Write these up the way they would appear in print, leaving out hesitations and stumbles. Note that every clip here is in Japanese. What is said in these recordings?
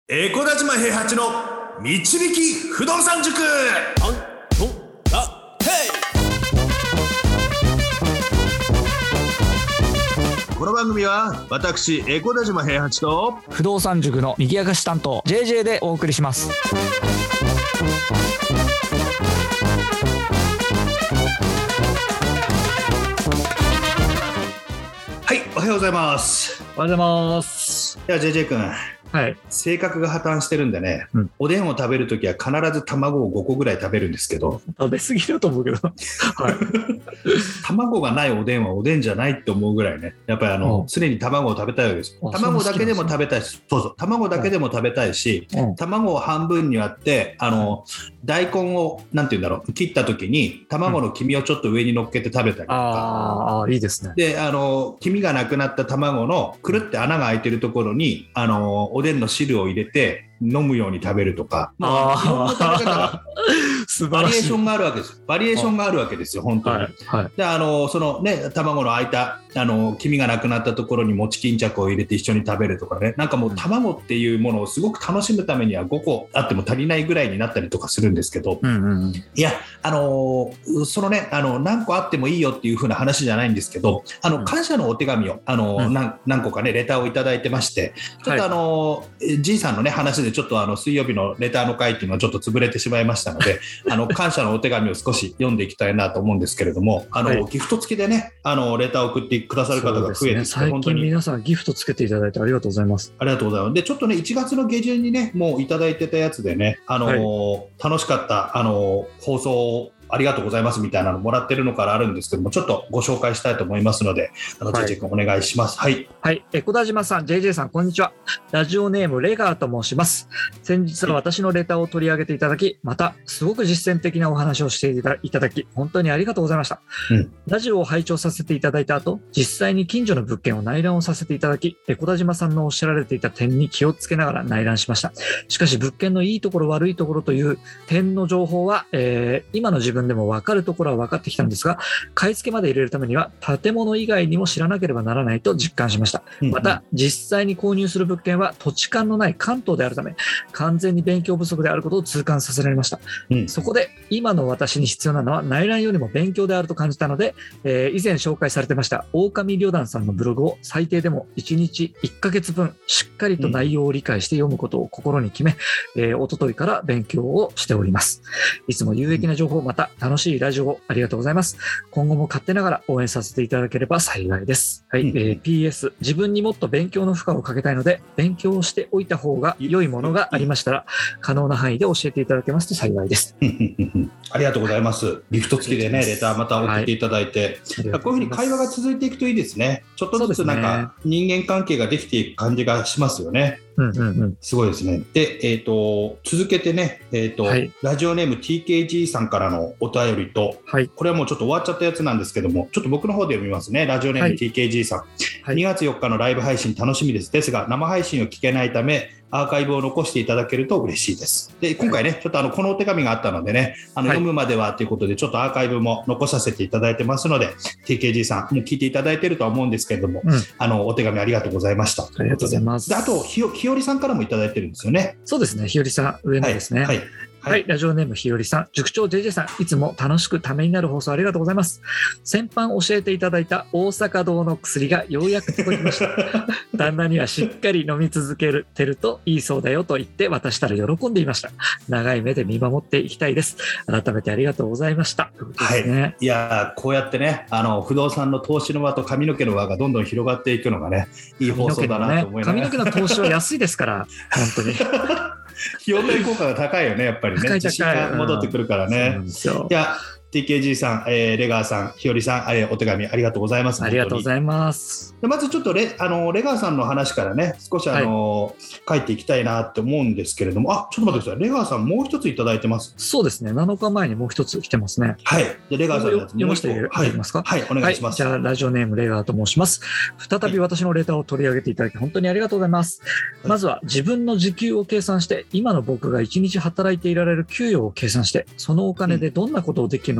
エコダ島平八の導き不動産塾。この番組は私エコダ島平八と不動産塾の右明かし担当 JJ でお送りします。 はい、おはようございます。 おはようございます。 では JJ 君、 はい、 性格が破綻してるんでね、おでんを食べるときは必ず卵を5個ぐらい食べるんですけど、 食べ過ぎだと思うけど、はい、 卵がないおでんはおでんじゃないって思うぐらいね、やっぱり常に卵を食べたいわけですよ。卵だけでも食べたいし、卵だけでも食べたいし、卵を半分に割って大根をなんていうんだろう、切ったときに卵の黄身をちょっと上に乗っけて食べたりとか、 いいですね。 で黄身がなくなった卵のくるって穴が開いてるところにおでんの汁を入れて飲むように食べるとか、 素晴らしい。 バリエーションがあるわけです。バリエーションがあるわけですよ、本当に。でそのね、卵の開いた黄身がなくなったところに餅巾着を入れて一緒に食べるとかね、なんかもう卵っていうものをすごく楽しむためには5個あっても足りないぐらいになったりとかするんですけど、いやそのね何個あってもいいよっていう風な話じゃないんですけど、感謝のお手紙を何個かねレターをいただいてまして、ちょっとG さんのね話でちょっと水曜日のレターの回っていうのはちょっと潰れてしまいましたので感謝のお手紙を少し読んでいきたいなと思うんですけれども、ギフト付きでねレターを送ってくださる方が増えてきて、 最近皆さんギフトつけていただいてありがとうございます。 ありがとうございます。でちょっとね1月の下旬にねもういただいてたやつでね楽しかった放送ありがとうございますみたいなのもらってるのからあるんですけども、ちょっとご紹介したいと思いますのでJJ 君お願いします。はい、 小田島さん JJ さんこんにちは。ラジオネームレガーと申します。先日は私のレターを取り上げていただき、またすごく実践的なお話をしていただき本当にありがとうございました。ラジオを拝聴させていただいた後、実際に近所の物件を内覧をさせていただき、小田島さんのおっしゃられていた点に気をつけながら内覧しました。しかし物件のいいところ悪いところという点の情報は、今の自分でも分かるところは分かってきたんですが、買い付けまで入れるためには建物以外にも知らなければならないと実感しました。また実際に購入する物件は土地勘のない関東であるため、完全に勉強不足であることを痛感させられました。そこで今の私に必要なのは内覧よりも勉強であると感じたので、以前紹介されてました狼旅団さんのブログを最低でも1日1ヶ月分しっかりと内容を理解して読むことを心に決め、一昨日から勉強をしております。いつも有益な情報、また楽しいラジオをありがとうございます。今後も勝手ながら応援させていただければ幸いです。PS 自分にもっと勉強の負荷をかけたいので、勉強をしておいた方が良いものがありましたら可能な範囲で教えていただけますと幸いです。 ありがとうございます。ギフト付きでねレターまた送っていただいて、こういうふうに会話が続いていくといいですね。ちょっとずつなんか人間関係ができていく感じがしますよね。すごいですね。で、続けてね、ラジオネーム TKG さんからのお便りと、これはもうちょっと終わっちゃったやつなんですけども、ちょっと僕の方で読みますね。ラジオネーム TKG さん、2月4日のライブ配信楽しみですが生配信を聞けないためアーカイブを残していただけると嬉しいです。で今回ねちょっとこのお手紙があったのでね読むまではということでちょっとアーカイブも残させていただいてますので TKG さんもう聞いていただいているとは思うんですけれども、お手紙ありがとうございました。 ありがとうございます。 であとひよりさんからもいただいてるんですよね。 そうですね、ひよりさん上のですね。ラジオネームひよりさん、塾長 JJ さん、いつも楽しくためになる放送ありがとうございます。先般教えていただいた大阪堂の薬がようやく届きました旦那にはしっかり飲み続けてるといいそうだよと言って渡したら喜んでいました。長い目で見守っていきたいです。改めてありがとうございました。 いやこうやってね不動産の投資の輪と髪の毛の輪がどんどん広がっていくのがねいい放送だなと思いながら、 髪の毛の投資は安いですから本当に費用対効果が高いよね、やっぱりね。自信が戻ってくるからね。いや TKG さん、レガーさん、ひよりさん、お手紙ありがとうございます。 ありがとうございます。 まずちょっとレガーさんの話からね少し書いていきたいなって思うんですけれども、ちょっと待ってください。レガーさんもう一ついただいてます。 そうですね、7日前にもう一つ来てますね。 でレガーさんのやつ読ませていただけますか。 お願いします。 じゃあラジオネームレガーと申します。再び私のレターを取り上げていただき本当にありがとうございます。まずは自分の時給を計算して、今の僕が1日働いていられる給与を計算して、そのお金でどんなことをできるの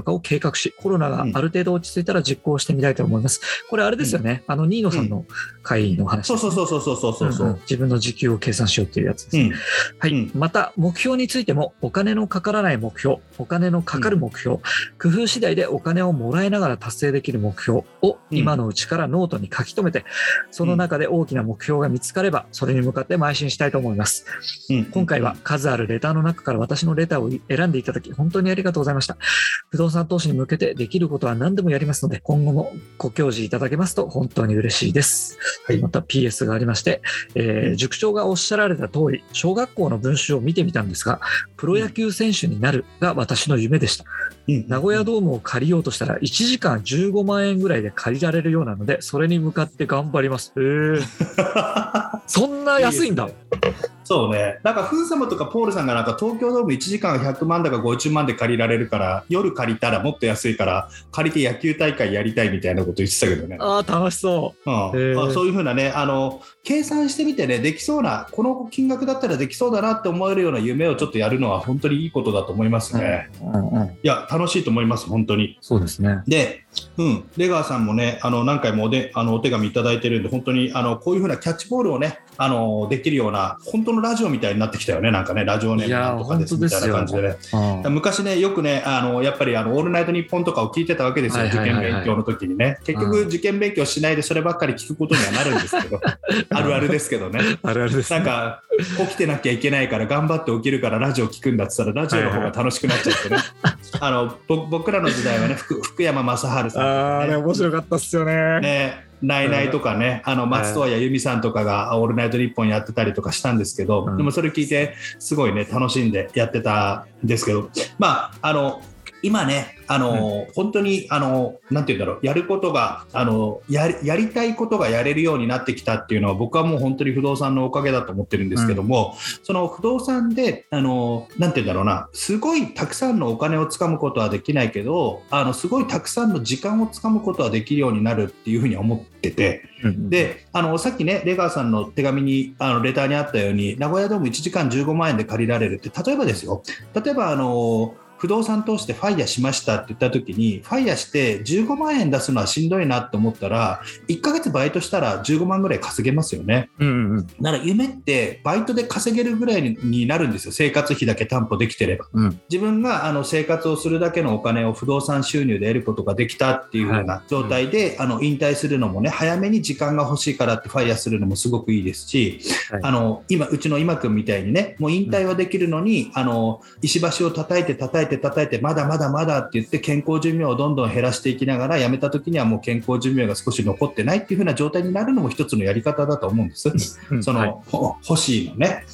かを計画し、コロナがある程度落ち着いたら実行してみたいと思います。これあれですよね、ニーノさんの会の話ですね。そう自分の時給を計算しようっていうやつですね。はい。また、目標についても、お金のかからない目標、お金のかかる目標、工夫次第でお金をもらいながら達成できる目標を今のうちからノートに書き留めて、その中で大きな目標が見つかれば、それに向かって邁進したいと思います。今回は数あるレターの中から私のレターを選んでいただき、本当にありがとうございました。不動産投資に向けてできることは何でもやりますので、今後もご教示いただけますと本当に嬉しいです。はい、また PS がありまして、塾長がおっしゃられた通り、小学校の文集を見てみたんですが、プロ野球選手になるが私の夢でした。名古屋ドームを借りようとしたら1時間15万円ぐらいで借りられるようなので、それに向かって頑張ります。そんな安いんだ。 そうね、なんかフー様とかポールさんがなんか東京ドーム1時間100万だか50万で借りられるから、夜借りたらもっと安いから借りて野球大会やりたいみたいなこと言ってたけどね。 ああ、楽しそう。 そういう風なね、計算してみてね、できそうな、この金額だったらできそうだなって思えるような夢をちょっとやるのは本当にいいことだと思いますね。いや、楽しいと思います、本当に。 そうですね。 で、出川さんもね、何回もお手紙いただいてるんで、本当にこういう風なキャッチボールをね、できるような本当のラジオみたいになってきたよね。なんかね、ラジオネームなんとかですみたいな感じでね。昔ね、よくね、やっぱりオールナイトニッポンとかを聞いてたわけですよ、受験勉強の時にね。結局受験勉強しないでそればっかり聞くことにはなるんですけどあるあるですけどね。 あるあるですね。 なんか起きてなきゃいけないから頑張って起きるからラジオ聞くんだって言ったらラジオの方が楽しくなっちゃってね。僕らの時代はね、福山雅治さんとかね、 あれ面白かったっすよね。 ナイナイとかね、松任谷由実さんとかがオールナイトニッポンやってたりとかしたんですけど、でもそれ聞いてすごいね楽しんでやってたんですけど、まあ今ね、本当になんていうんだろう、やることがやりたいことがやれるようになってきたっていうのは、僕はもう本当に不動産のおかげだと思ってるんですけども、その不動産でなんていうんだろうな、すごいたくさんのお金をつかむことはできないけど、すごいたくさんの時間をつかむことはできるようになるっていうふうに思ってて、でさっきね、出川さんの手紙にレターにあったように、名古屋ドーム1時間15万円で借りられるって、例えばですよ、例えば不動産投資でファイヤーしましたって言った時に、ファイヤーして15万円出すのはしんどいなと思ったら、1ヶ月バイトしたら15万ぐらい稼げますよね。だから夢ってバイトで稼げるぐらいになるんですよ。生活費だけ担保できてれば、自分が生活をするだけのお金を不動産収入で得ることができたっていう風な状態で、引退するのもね、早めに時間が欲しいからってファイヤーするのもすごくいいですし、今うちの今君みたいにね、もう引退はできるのに石橋を叩いてまだまだまだって言って健康寿命をどんどん減らしていきながら、辞めた時にはもう健康寿命が少し残ってないっていう風な状態になるのも一つのやり方だと思うんです。欲しいのね。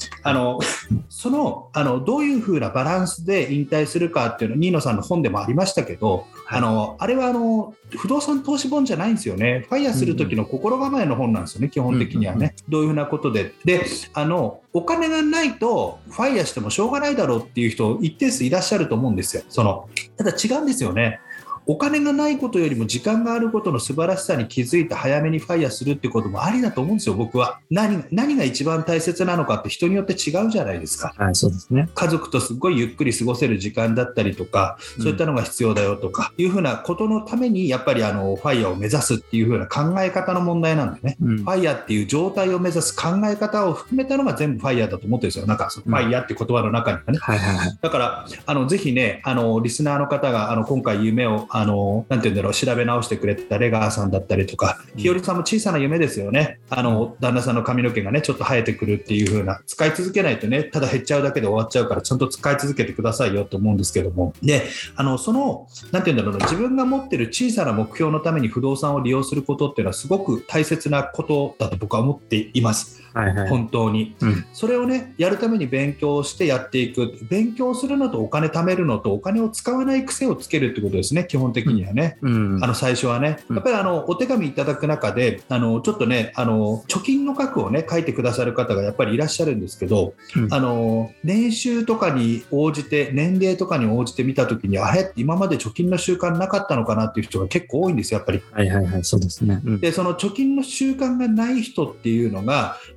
どういう風なバランスで引退するかっていうの、新野さんの本でもありましたけど、あれは不動産投資本じゃないんですよね。ファイヤーする時の心構えの本なんですよね、基本的にはね。どういう風なことでお金がないとファイヤーしてもしょうがないだろうっていう人一定数いらっしゃると思うんですよ。ただ違うんですよね。お金がないことよりも時間があることの素晴らしさに気づいて早めにファイヤーするってこともありだと思うんですよ、僕は。何が一番大切なのかって人によって違うじゃないですか。 そうですね。 家族とすごいゆっくり過ごせる時間だったりとか、そういったのが必要だよとかいうふうなことのために、やっぱりファイヤーを目指すっていうふうな考え方の問題なんでね、ファイヤーっていう状態を目指す考え方を含めたのが全部ファイヤーだと思ってるんですよ。なんかファイヤーって言葉の中にはね。だからぜひね、リスナーの方が今回夢をなんていうんだろう、調べ直してくれたレガーさんだったりとか、日和さんも小さな夢ですよね。旦那さんの髪の毛がねちょっと生えてくるっていう風な、使い続けないとね、ただ減っちゃうだけで終わっちゃうから、ちゃんと使い続けてくださいよと思うんですけども、でなんていうんだろうな、自分が持ってる小さな目標のために不動産を利用することっていうのはすごく大切なことだと僕は思っています。本当に、それをねやるために勉強してやっていく。勉強するのとお金貯めるのとお金を使わない癖をつけるってことですね、基本的にはね。最初はね、やっぱりお手紙いただく中でちょっとね貯金の額をね書いてくださる方がやっぱりいらっしゃるんですけど、年収とかに応じて、年齢とかに応じて見たときに、あれ今まで貯金の習慣なかったのかなっていう人が結構多いんですよ、やっぱり。 そうですね。 でその貯金の習慣がない人っていうのが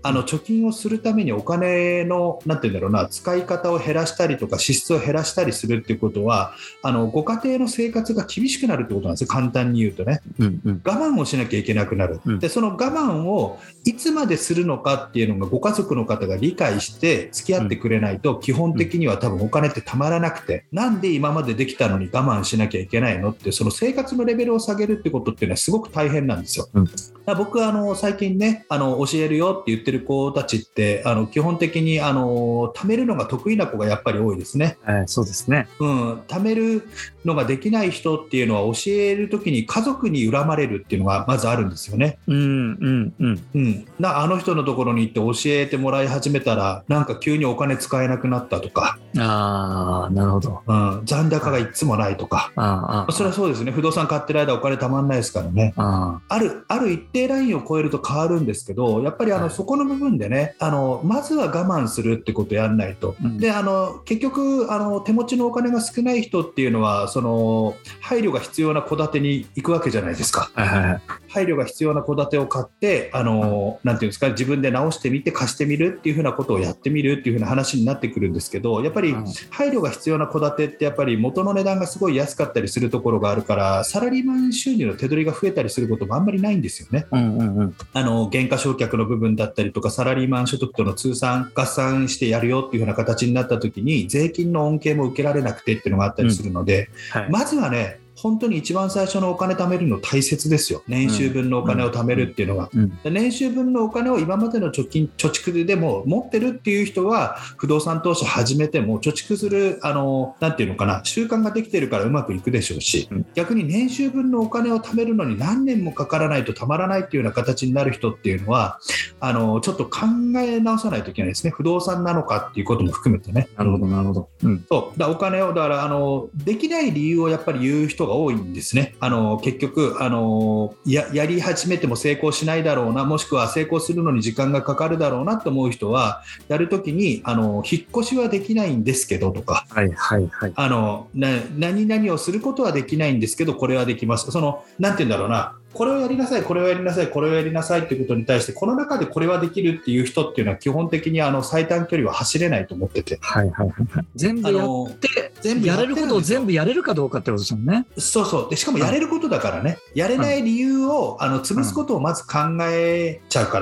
貯金をするためにお金のなんていうんだろうな、使い方を減らしたりとか支出を減らしたりするっていうことはご家庭の生活が厳しくなるってことなんですよ、簡単に言うとね、我慢をしなきゃいけなくなる、でその我慢をいつまでするのかっていうのがご家族の方が理解して付き合ってくれないと基本的には多分お金ってたまらなくて、なんで今までできたのに我慢しなきゃいけないのって、その生活のレベルを下げるってことっていうのはすごく大変なんですよ。僕は最近ね教えるよって言ってる子たちって基本的に貯めるのが得意な子がやっぱり多いですね。 そうですね、 貯めるのができない人っていうのは教えるときに家族に恨まれるっていうのがまずあるんですよね。あの人のところに行って教えてもらい始めたらなんか急にお金使えなくなったとか、 なるほど、 残高がいつもないとか、それはそうですね、不動産買ってる間お金たまんないですからね。ある一定ラインを超えると変わるんですけど、やっぱりそこの部分でねまずは我慢するってことをやらないと、で結局手持ちのお金が少ない人っていうのはその配慮が必要な戸建てに行くわけじゃないですか。配慮が必要な戸建てを買ってなんていうんですか、自分で直してみて貸してみるっていう風なことをやってみるっていう風な話になってくるんですけど、やっぱり配慮が必要な戸建てってやっぱり元の値段がすごい安かったりするところがあるから、サラリーマン収入の手取りが増えたりすることもあんまりないんですよね。減価償却の部分だったりとかサラリーマン所得との通算合算してやるよっていう風な形になった時に税金の恩恵も受けられなくてっていうのがあったりするので、まずはね本当に一番最初のお金貯めるの大切ですよ。年収分のお金を貯めるっていうのが、年収分のお金を今までの貯蓄でも持ってるっていう人は不動産投資始めても貯蓄するなんていうのかな、習慣ができてるからうまくいくでしょうし、逆に年収分のお金を貯めるのに何年もかからないと貯まらないっていうような形になる人っていうのはちょっと考え直さないといけないですね。不動産なのかっていうことも含めてね。 なるほどなるほど、 そうだ、お金をだからできない理由をやっぱり言う人が多いんですね。結局やり始めても成功しないだろうな、もしくは成功するのに時間がかかるだろうなと思う人はやるときに引っ越しはできないんですけどとか、何々をすることはできないんですけどこれはできます、なんていうんだろうな、これをやりなさい、これをやりなさい、これをやりなさいということに対してこの中でこれはできるっていう人っていうのは基本的に最短距離は走れないと思ってて、 全部やってやれることを全部やれるかどうかってことですよね。 そうでしかもやれることだからね、やれない理由を潰すことをまず考えちゃうから、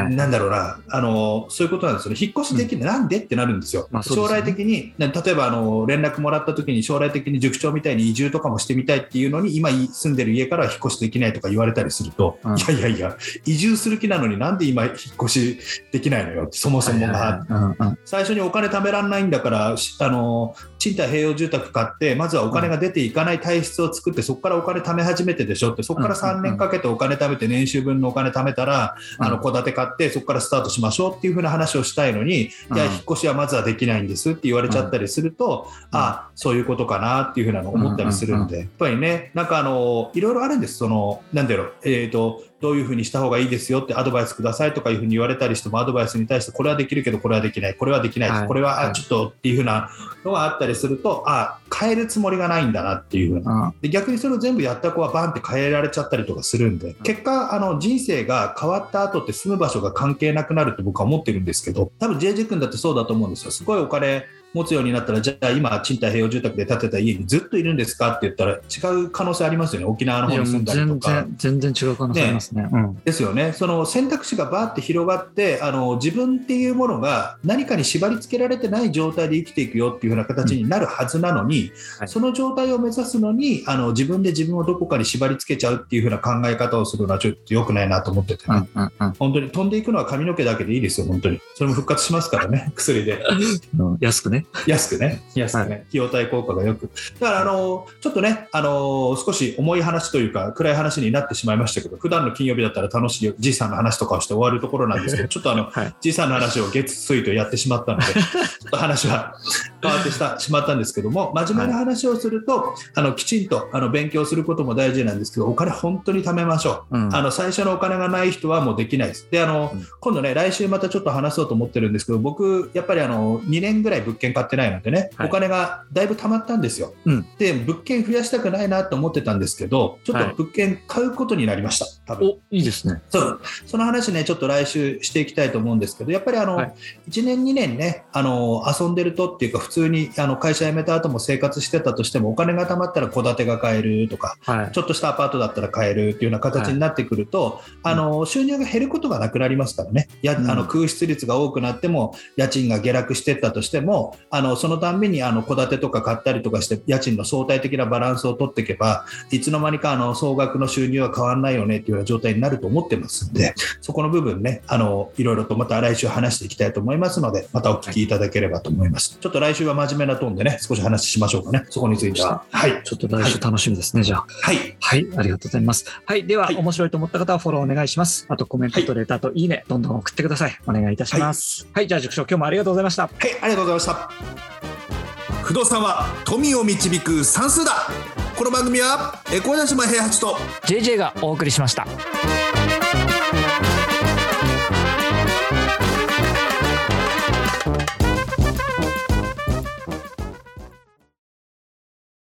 なんだろうな、そういうことなんですよね。引っ越しできない、なんでってなるんですよ。将来的に例えば連絡もらった時に将来的に塾長みたいに移住とかもしてみたいっていうのに今住んでる家からは引っ越しできないとか言われたりすると、いや移住する気なのになんで今引っ越しできないのよって、そもそもが最初にお金貯められないんだから賃貸併用住宅買ってまずはお金が出ていかない体質を作ってそこからお金貯め始めてでしょって、そこから3年かけてお金貯めて年収分のお金貯めたら戸建て買ってそこからスタートしましょうっていう風な話をしたいのに、いや引っ越しはまずはできないんですって言われちゃったりすると、そういうことかなっていう風なのを思ったりするんで、やっぱりね、なんかいろいろあるんです。なんだろう、どういうふうにした方がいいですよってアドバイスくださいとかいうふうに言われたりしても、アドバイスに対してこれはできるけどこれはできない、これはできない、これはちょっとっていうふうなのがあったりすると、変えるつもりがないんだなっていうふうな、で逆にそれを全部やった子はバンって変えられちゃったりとかするんで、結果人生が変わった後って住む場所が関係なくなると僕は思ってるんですけど、多分 JJ 君だってそうだと思うんですよ。すごいお金持つようになったら、じゃあ今賃貸併用住宅で建てた家にずっといるんですかって言ったら違う可能性ありますよね。沖縄の方に住んだりとか全然違う可能性ありますね。 ですよね。その選択肢がバーって広がって自分っていうものが何かに縛り付けられてない状態で生きていくよっていう風な形になるはずなのに、その状態を目指すのに自分で自分をどこかに縛り付けちゃうっていう風な考え方をするのはちょっと良くないなと思ってて、ね、本当に飛んでいくのは髪の毛だけでいいですよ。本当にそれも復活しますからね、薬で安くね費用対効果がよく、だからちょっとね少し重い話というか暗い話になってしまいましたけど、普段の金曜日だったら楽しいじいさんの話とかをして終わるところなんですけど、ちょっとじいさんの話を月水とやってしまったのでちょっと話は変わってしまったんですけども、真面目な話をすると、きちんと勉強することも大事なんですけど、お金本当に貯めましょう。最初のお金がない人はもうできないです。で、今度ね、来週またちょっと話そうと思ってるんですけど、僕やっぱり2年ぐらい物件買ってないのでね、お金がだいぶ貯まったんですよ。で、物件増やしたくないなと思ってたんですけど、ちょっと物件買うことになりました。多分。 いいですね。 その話ね、ちょっと来週していきたいと思うんですけど、やっぱり1年2年ね、遊んでるとっていうか、普通に会社辞めた後も生活してたとしても、お金が貯まったら戸建てが買えるとか、ちょっとしたアパートだったら買えるっていうような形になってくると、収入が減ることがなくなりますからね。空室率が多くなっても、家賃が下落していったとしても、そのたんびに戸建てとか買ったりとかして、家賃の相対的なバランスを取っていけば、いつの間にか総額の収入は変わらないよねっていうような状態になると思ってますんで、そこの部分ね、いろいろとまた来週話していきたいと思いますので、またお聞きいただければと思います。ちょっと来週は真面目なトーンでね、少し話しましょうかね。そこについては。 ちょっと来週楽しみですね、じゃあ。はい。ありがとうございます。では、面白いと思った方はフォローお願いします。あとコメントとレターといいね、どんどん送ってください。お願いいたします。じゃあ塾長、今日もありがとうございました。 ありがとうございました。不動産は富を導く算数だ。この番組は小田島平八と JJ がお送りしました。